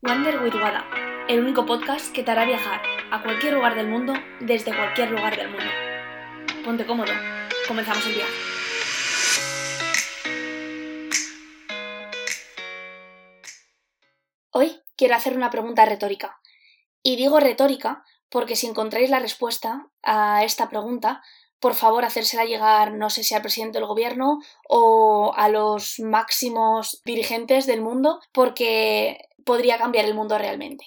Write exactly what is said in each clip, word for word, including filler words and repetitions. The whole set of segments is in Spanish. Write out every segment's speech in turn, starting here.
Wander with Wada, el único podcast que te hará viajar a cualquier lugar del mundo desde cualquier lugar del mundo. Ponte cómodo, comenzamos el viaje. Hoy quiero hacer una pregunta retórica. Y digo retórica porque si encontráis la respuesta a esta pregunta, por favor hacérsela llegar, no sé si al presidente del gobierno o a los máximos dirigentes del mundo, porque podría cambiar el mundo realmente.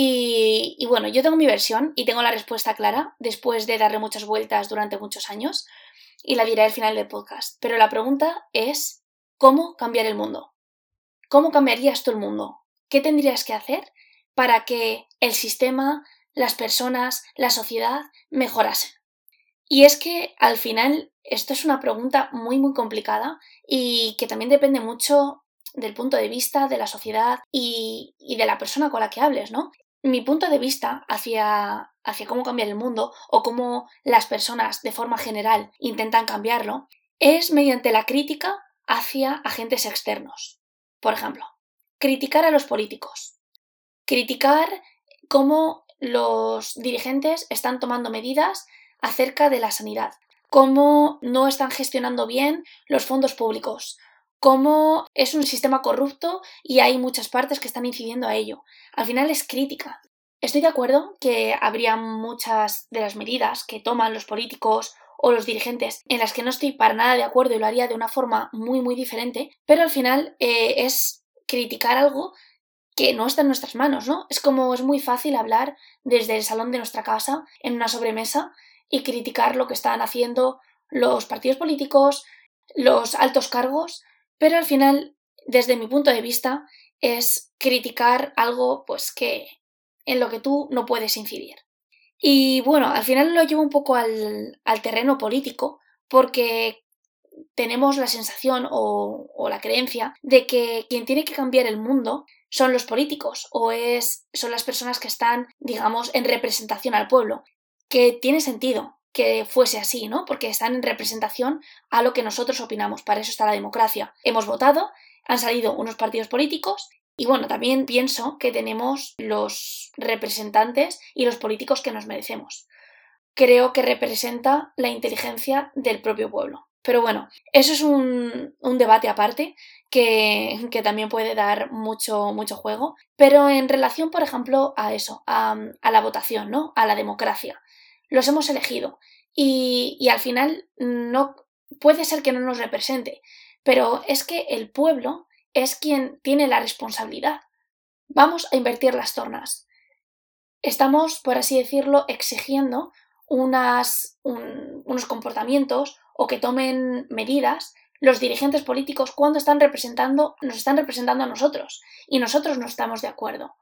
Y, y bueno, yo tengo mi versión y tengo la respuesta clara después de darle muchas vueltas durante muchos años y la diré al final del podcast. Pero la pregunta es, ¿cómo cambiar el mundo? ¿Cómo cambiarías tú el mundo? ¿Qué tendrías que hacer para que el sistema, las personas, la sociedad mejorasen? Y es que al final esto es una pregunta muy muy complicada y que también depende mucho del punto de vista de la sociedad y, y de la persona con la que hables, ¿no? Mi punto de vista hacia, hacia cómo cambiar el mundo o cómo las personas de forma general intentan cambiarlo es mediante la crítica hacia agentes externos. Por ejemplo, criticar a los políticos, criticar cómo los dirigentes están tomando medidas acerca de la sanidad, cómo no están gestionando bien los fondos públicos, cómo es un sistema corrupto y hay muchas partes que están incidiendo a ello. Al final es crítica. Estoy de acuerdo que habría muchas de las medidas que toman los políticos o los dirigentes en las que no estoy para nada de acuerdo y lo haría de una forma muy muy diferente, pero al final eh, es criticar algo que no está en nuestras manos, ¿no? Es como es muy fácil hablar desde el salón de nuestra casa en una sobremesa y criticar lo que están haciendo los partidos políticos, los altos cargos, pero al final, desde mi punto de vista, es criticar algo pues que en lo que tú no puedes incidir. Y bueno, al final lo llevo un poco al, al terreno político porque tenemos la sensación o, o la creencia de que quien tiene que cambiar el mundo son los políticos o es, son las personas que están, digamos, en representación al pueblo, que tiene sentido que fuese así, ¿no? Porque están en representación a lo que nosotros opinamos, para eso está la democracia. Hemos votado, han salido unos partidos políticos y bueno, también pienso que tenemos los representantes y los políticos que nos merecemos. Creo que representa la inteligencia del propio pueblo. Pero bueno, eso es un, un debate aparte que, que también puede dar mucho, mucho juego. Pero en relación, por ejemplo, a eso, a, a la votación, ¿no? A la democracia. Los hemos elegido y, y al final no puede ser que no nos represente, pero es que el pueblo es quien tiene la responsabilidad. Vamos a invertir las tornas. Estamos, por así decirlo, exigiendo unas, un, unos comportamientos o que tomen medidas los dirigentes políticos cuando están representando, nos están representando a nosotros y nosotros no estamos de acuerdo.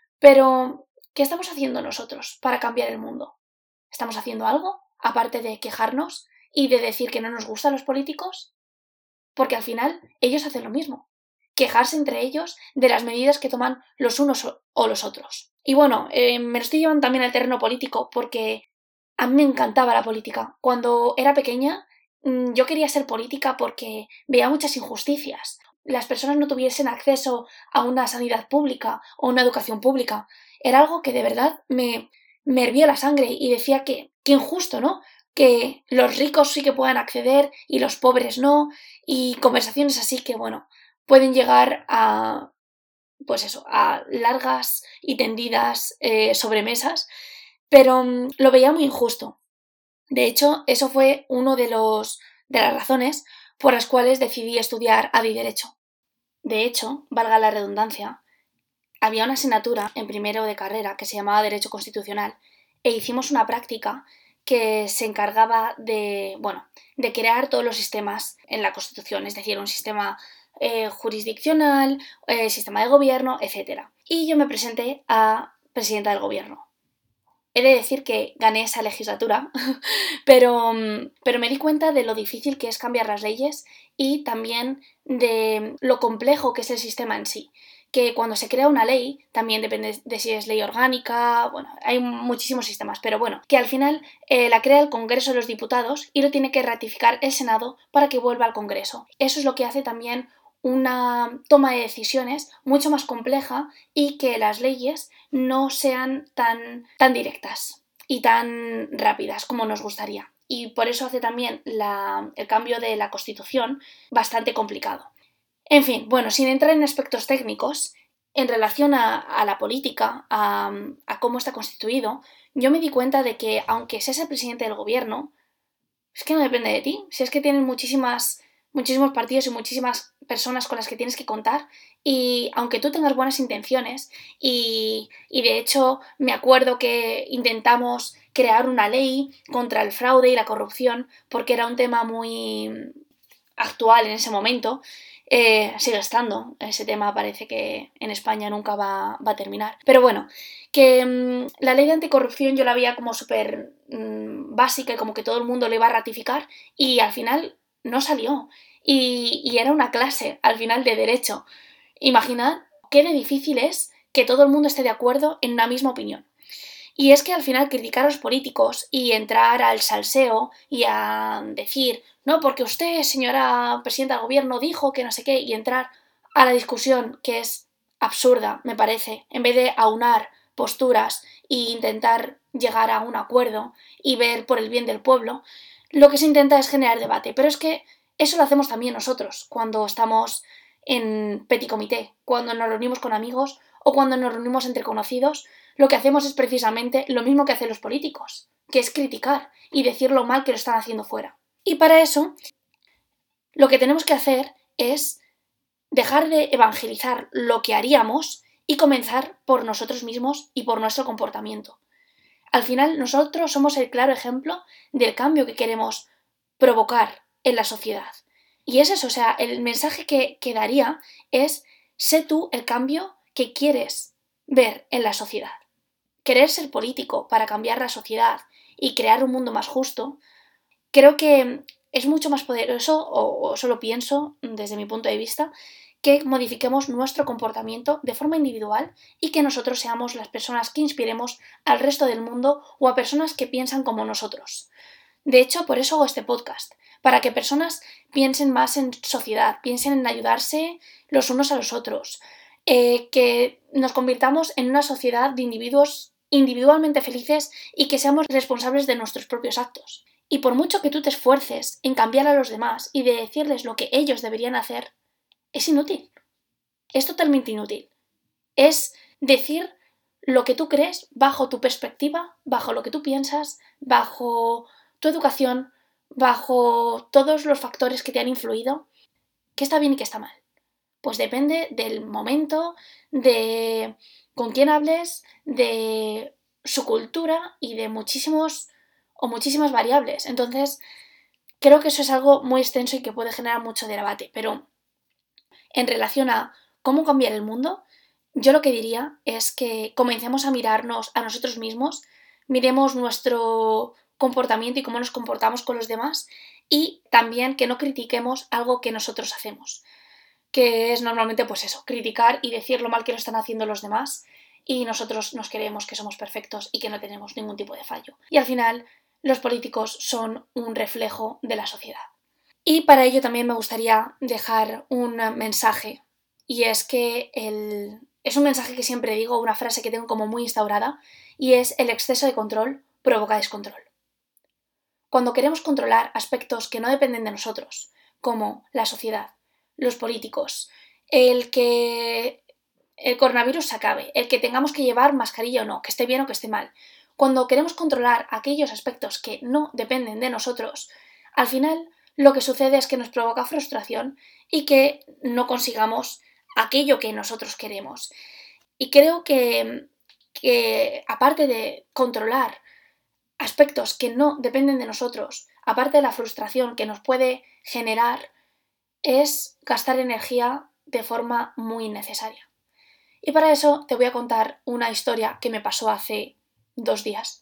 Pero, ¿qué estamos haciendo nosotros para cambiar el mundo? ¿Estamos haciendo algo aparte de quejarnos y de decir que no nos gustan los políticos? Porque al final ellos hacen lo mismo, quejarse entre ellos de las medidas que toman los unos o los otros. Y bueno, eh, me lo estoy llevando también al terreno político porque a mí me encantaba la política. Cuando era pequeña yo quería ser política porque veía muchas injusticias. Las personas no tuviesen acceso a una sanidad pública o una educación pública. Era algo que de verdad me, me hervía la sangre y decía que, que injusto, ¿no? Que los ricos sí que puedan acceder y los pobres no, y conversaciones así que, bueno, pueden llegar a, pues eso, a largas y tendidas eh, sobremesas, pero um, lo veía muy injusto. De hecho, eso fue uno de los de las razones por las cuales decidí estudiar A D I Derecho. De hecho, valga la redundancia, había una asignatura en primero de carrera que se llamaba Derecho Constitucional e hicimos una práctica que se encargaba de, bueno, de crear todos los sistemas en la Constitución, es decir, un sistema eh, jurisdiccional, eh, sistema de gobierno, etcétera. Y yo me presenté a presidenta del gobierno. He de decir que gané esa legislatura, pero, pero me di cuenta de lo difícil que es cambiar las leyes y también de lo complejo que es el sistema en sí. Que cuando se crea una ley, también depende de si es ley orgánica, bueno, hay muchísimos sistemas, pero bueno, que al final eh, la crea el Congreso de los Diputados y lo tiene que ratificar el Senado para que vuelva al Congreso. Eso es lo que hace también una toma de decisiones mucho más compleja y que las leyes no sean tan, tan directas y tan rápidas como nos gustaría. Y por eso hace también la, el cambio de la Constitución bastante complicado. En fin, bueno, sin entrar en aspectos técnicos, en relación a, a la política, a, a cómo está constituido, yo me di cuenta de que aunque seas el presidente del gobierno, es que no depende de ti. Si es que tienen muchísimas, muchísimos partidos y muchísimas personas con las que tienes que contar, y aunque tú tengas buenas intenciones, y, y de hecho me acuerdo que intentamos crear una ley contra el fraude y la corrupción porque era un tema muy actual en ese momento, eh, sigue estando. Ese tema parece que en España nunca va, va a terminar. Pero bueno, que mmm, la ley de anticorrupción yo la veía como súper mmm, básica y como que todo el mundo le iba a ratificar y al final no salió. Y, y era una clase al final de derecho. Imaginad qué de difícil es que todo el mundo esté de acuerdo en una misma opinión. Y es que al final criticar a los políticos y entrar al salseo y a decir, no, porque usted, señora presidenta del gobierno, dijo que no sé qué, y entrar a la discusión que es absurda, me parece, en vez de aunar posturas e intentar llegar a un acuerdo y ver por el bien del pueblo, lo que se intenta es generar debate. Pero es que eso lo hacemos también nosotros cuando estamos en petit comité, cuando nos reunimos con amigos o cuando nos reunimos entre conocidos. Lo que hacemos es precisamente lo mismo que hacen los políticos, que es criticar y decir lo mal que lo están haciendo fuera. Y para eso, lo que tenemos que hacer es dejar de evangelizar lo que haríamos y comenzar por nosotros mismos y por nuestro comportamiento. Al final, nosotros somos el claro ejemplo del cambio que queremos provocar en la sociedad. Y es eso, o sea, el mensaje que, que daría es: sé tú el cambio que quieres ver en la sociedad. Querer ser político para cambiar la sociedad y crear un mundo más justo, creo que es mucho más poderoso, o, o solo pienso desde mi punto de vista, que modifiquemos nuestro comportamiento de forma individual y que nosotros seamos las personas que inspiremos al resto del mundo o a personas que piensan como nosotros. De hecho, por eso hago este podcast, para que personas piensen más en sociedad, piensen en ayudarse los unos a los otros, eh, que nos convirtamos en una sociedad de individuos individualmente felices y que seamos responsables de nuestros propios actos. Y por mucho que tú te esfuerces en cambiar a los demás y de decirles lo que ellos deberían hacer, es inútil. Es totalmente inútil. Es decir lo que tú crees bajo tu perspectiva, bajo lo que tú piensas, bajo tu educación, bajo todos los factores que te han influido. ¿Qué está bien y qué está mal? Pues depende del momento, de con quién hables, de su cultura y de muchísimos o muchísimas variables. Entonces, creo que eso es algo muy extenso y que puede generar mucho debate. Pero en relación a cómo cambiar el mundo, yo lo que diría es que comencemos a mirarnos a nosotros mismos, miremos nuestro comportamiento y cómo nos comportamos con los demás, y también que no critiquemos algo que nosotros hacemos, que es normalmente pues eso, criticar y decir lo mal que lo están haciendo los demás, y nosotros nos creemos que somos perfectos y que no tenemos ningún tipo de fallo. Y al final, los políticos son un reflejo de la sociedad. Y para ello también me gustaría dejar un mensaje, y es que el... es un mensaje que siempre digo, una frase que tengo como muy instaurada, y es: el exceso de control provoca descontrol. Cuando queremos controlar aspectos que no dependen de nosotros, como la sociedad, los políticos, el que el coronavirus se acabe, el que tengamos que llevar mascarilla o no, que esté bien o que esté mal, cuando queremos controlar aquellos aspectos que no dependen de nosotros, al final lo que sucede es que nos provoca frustración y que no consigamos aquello que nosotros queremos. Y creo que, que aparte de controlar aspectos que no dependen de nosotros, aparte de la frustración que nos puede generar, es gastar energía de forma muy innecesaria. Y para eso te voy a contar una historia que me pasó hace dos días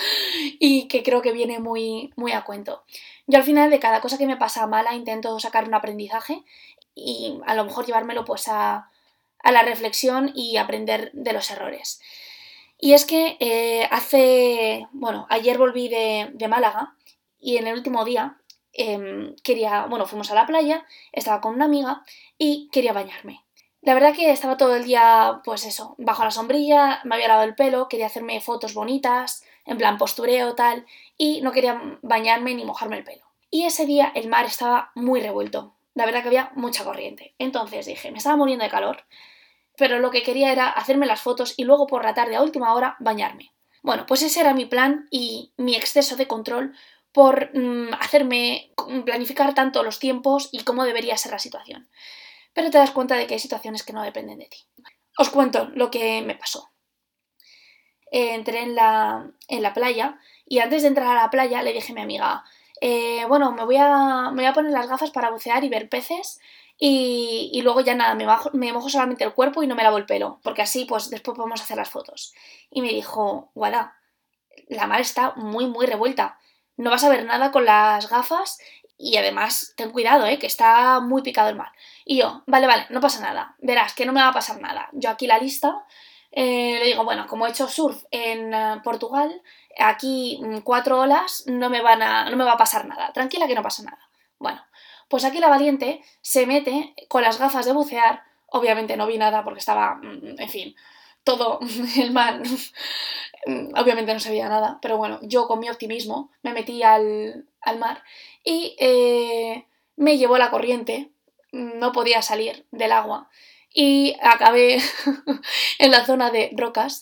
y que creo que viene muy, muy a cuento. Yo al final de cada cosa que me pasa mala intento sacar un aprendizaje y a lo mejor llevármelo pues a, a la reflexión y aprender de los errores. Y es que eh, hace, bueno, ayer volví de, de Málaga y en el último día eh, quería, bueno, fuimos a la playa, estaba con una amiga y quería bañarme. La verdad que estaba todo el día, pues eso, bajo la sombrilla, me había lavado el pelo, quería hacerme fotos bonitas, en plan postureo, tal, y no quería bañarme ni mojarme el pelo. Y ese día el mar estaba muy revuelto, la verdad que había mucha corriente. Entonces dije, me estaba muriendo de calor, pero lo que quería era hacerme las fotos y luego por la tarde a última hora bañarme. Bueno, pues ese era mi plan y mi exceso de control por mmm, hacerme planificar tanto los tiempos y cómo debería ser la situación. Pero te das cuenta de que hay situaciones que no dependen de ti. Os cuento lo que me pasó. Eh, entré en la, en la playa y antes de entrar a la playa le dije a mi amiga, eh, bueno, me voy, a, me voy a poner las gafas para bucear y ver peces y, y luego ya nada, me, bajo, me mojo solamente el cuerpo y no me lavo el pelo, porque así pues después podemos hacer las fotos. Y me dijo, Guada, la mar está muy muy revuelta, no vas a ver nada con las gafas y además ten cuidado, ¿eh? Que está muy picado el mar. Y yo, vale, vale, no pasa nada, verás que no me va a pasar nada. Yo aquí la lista, eh, le digo, bueno, como he hecho surf en uh, Portugal, aquí mm, cuatro olas no me, van a, no me va a pasar nada, tranquila que no pasa nada. Bueno, pues aquí la valiente se mete con las gafas de bucear, obviamente no vi nada porque estaba, mm, en fin, todo el mar, obviamente no se veía nada, pero bueno, yo con mi optimismo me metí al, al mar y eh, me llevó la corriente, no podía salir del agua y acabé en la zona de rocas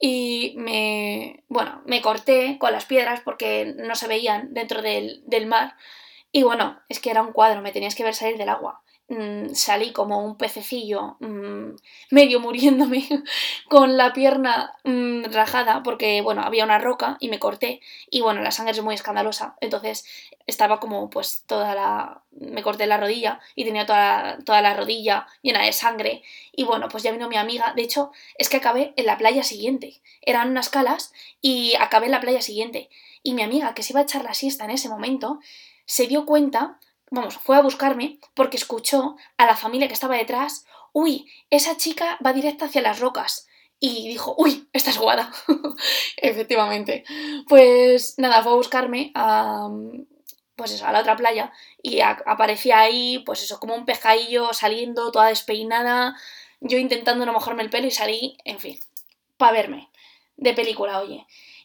y me, bueno, me corté con las piedras porque no se veían dentro del, del mar y bueno, es que era un cuadro, me tenías que ver salir del agua. Mm, salí como un pececillo, mm, medio muriéndome, con la pierna mm, rajada, porque bueno, había una roca y me corté, y bueno, la sangre es muy escandalosa, entonces estaba como pues toda la... me corté la rodilla y tenía toda, toda la rodilla llena de sangre, y bueno, pues ya vino mi amiga, de hecho, es que acabé en la playa siguiente, eran unas calas y acabé en la playa siguiente, y mi amiga, que se iba a echar la siesta en ese momento, se dio cuenta, vamos, fue a buscarme porque escuchó a la familia que estaba detrás, uy, esa chica va directa hacia las rocas. Y dijo, uy, esta es Guada. Efectivamente. Pues nada, fue a buscarme a, pues eso, a la otra playa y a, aparecía ahí, pues eso, como un pescadillo saliendo, toda despeinada, yo intentando no mojarme el pelo y salí, en fin, para verme, de película, oye.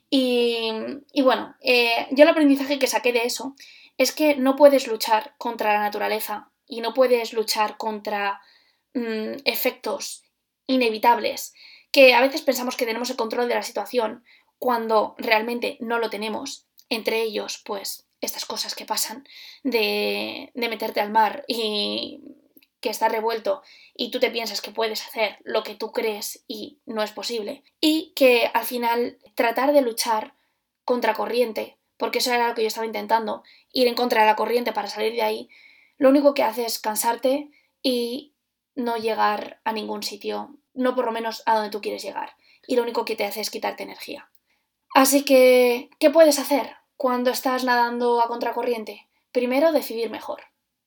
Y, y bueno, eh, yo el aprendizaje que saqué de eso es que no puedes luchar contra la naturaleza y no puedes luchar contra mmm, efectos inevitables, que a veces pensamos que tenemos el control de la situación cuando realmente no lo tenemos. Entre ellos, pues, estas cosas que pasan de, de meterte al mar y que está revuelto y tú te piensas que puedes hacer lo que tú crees y no es posible. Y que al final tratar de luchar contra corriente, porque eso era lo que yo estaba intentando, ir en contra de la corriente para salir de ahí, lo único que hace es cansarte y no llegar a ningún sitio, no por lo menos a donde tú quieres llegar. Y lo único que te hace es quitarte energía. Así que, ¿qué puedes hacer cuando estás nadando a contracorriente? Primero, decidir mejor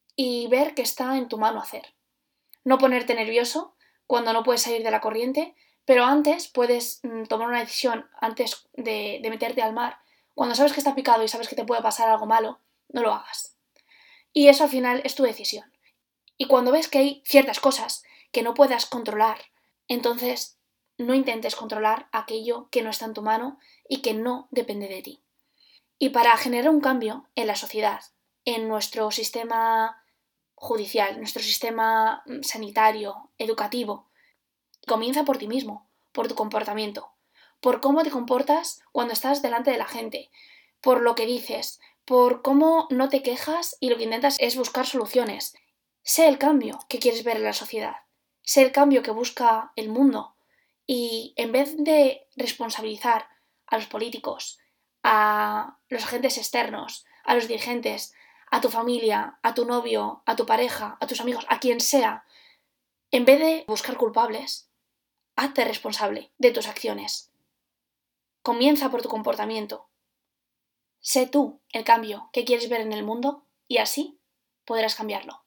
y ver qué está en tu mano hacer. No ponerte nervioso cuando no puedes salir de la corriente, pero antes puedes mm, tomar una decisión antes de, de meterte al mar. Cuando sabes que está picado y sabes que te puede pasar algo malo, no lo hagas. Y eso al final es tu decisión. Y cuando ves que hay ciertas cosas que no puedas controlar, entonces no intentes controlar aquello que no está en tu mano y que no depende de ti. Y para generar un cambio en la sociedad, en nuestro sistema judicial, nuestro sistema sanitario, educativo, comienza por ti mismo, por tu comportamiento, por cómo te comportas cuando estás delante de la gente, por lo que dices, por cómo no te quejas y lo que intentas es buscar soluciones. Sé el cambio que quieres ver en la sociedad, sé el cambio que busca el mundo y en vez de responsabilizar a los políticos, a los agentes externos, a los dirigentes, a tu familia, a tu novio, a tu pareja, a tus amigos, a quien sea, en vez de buscar culpables, hazte responsable de tus acciones. Comienza por tu comportamiento. Sé tú el cambio que quieres ver en el mundo y así podrás cambiarlo.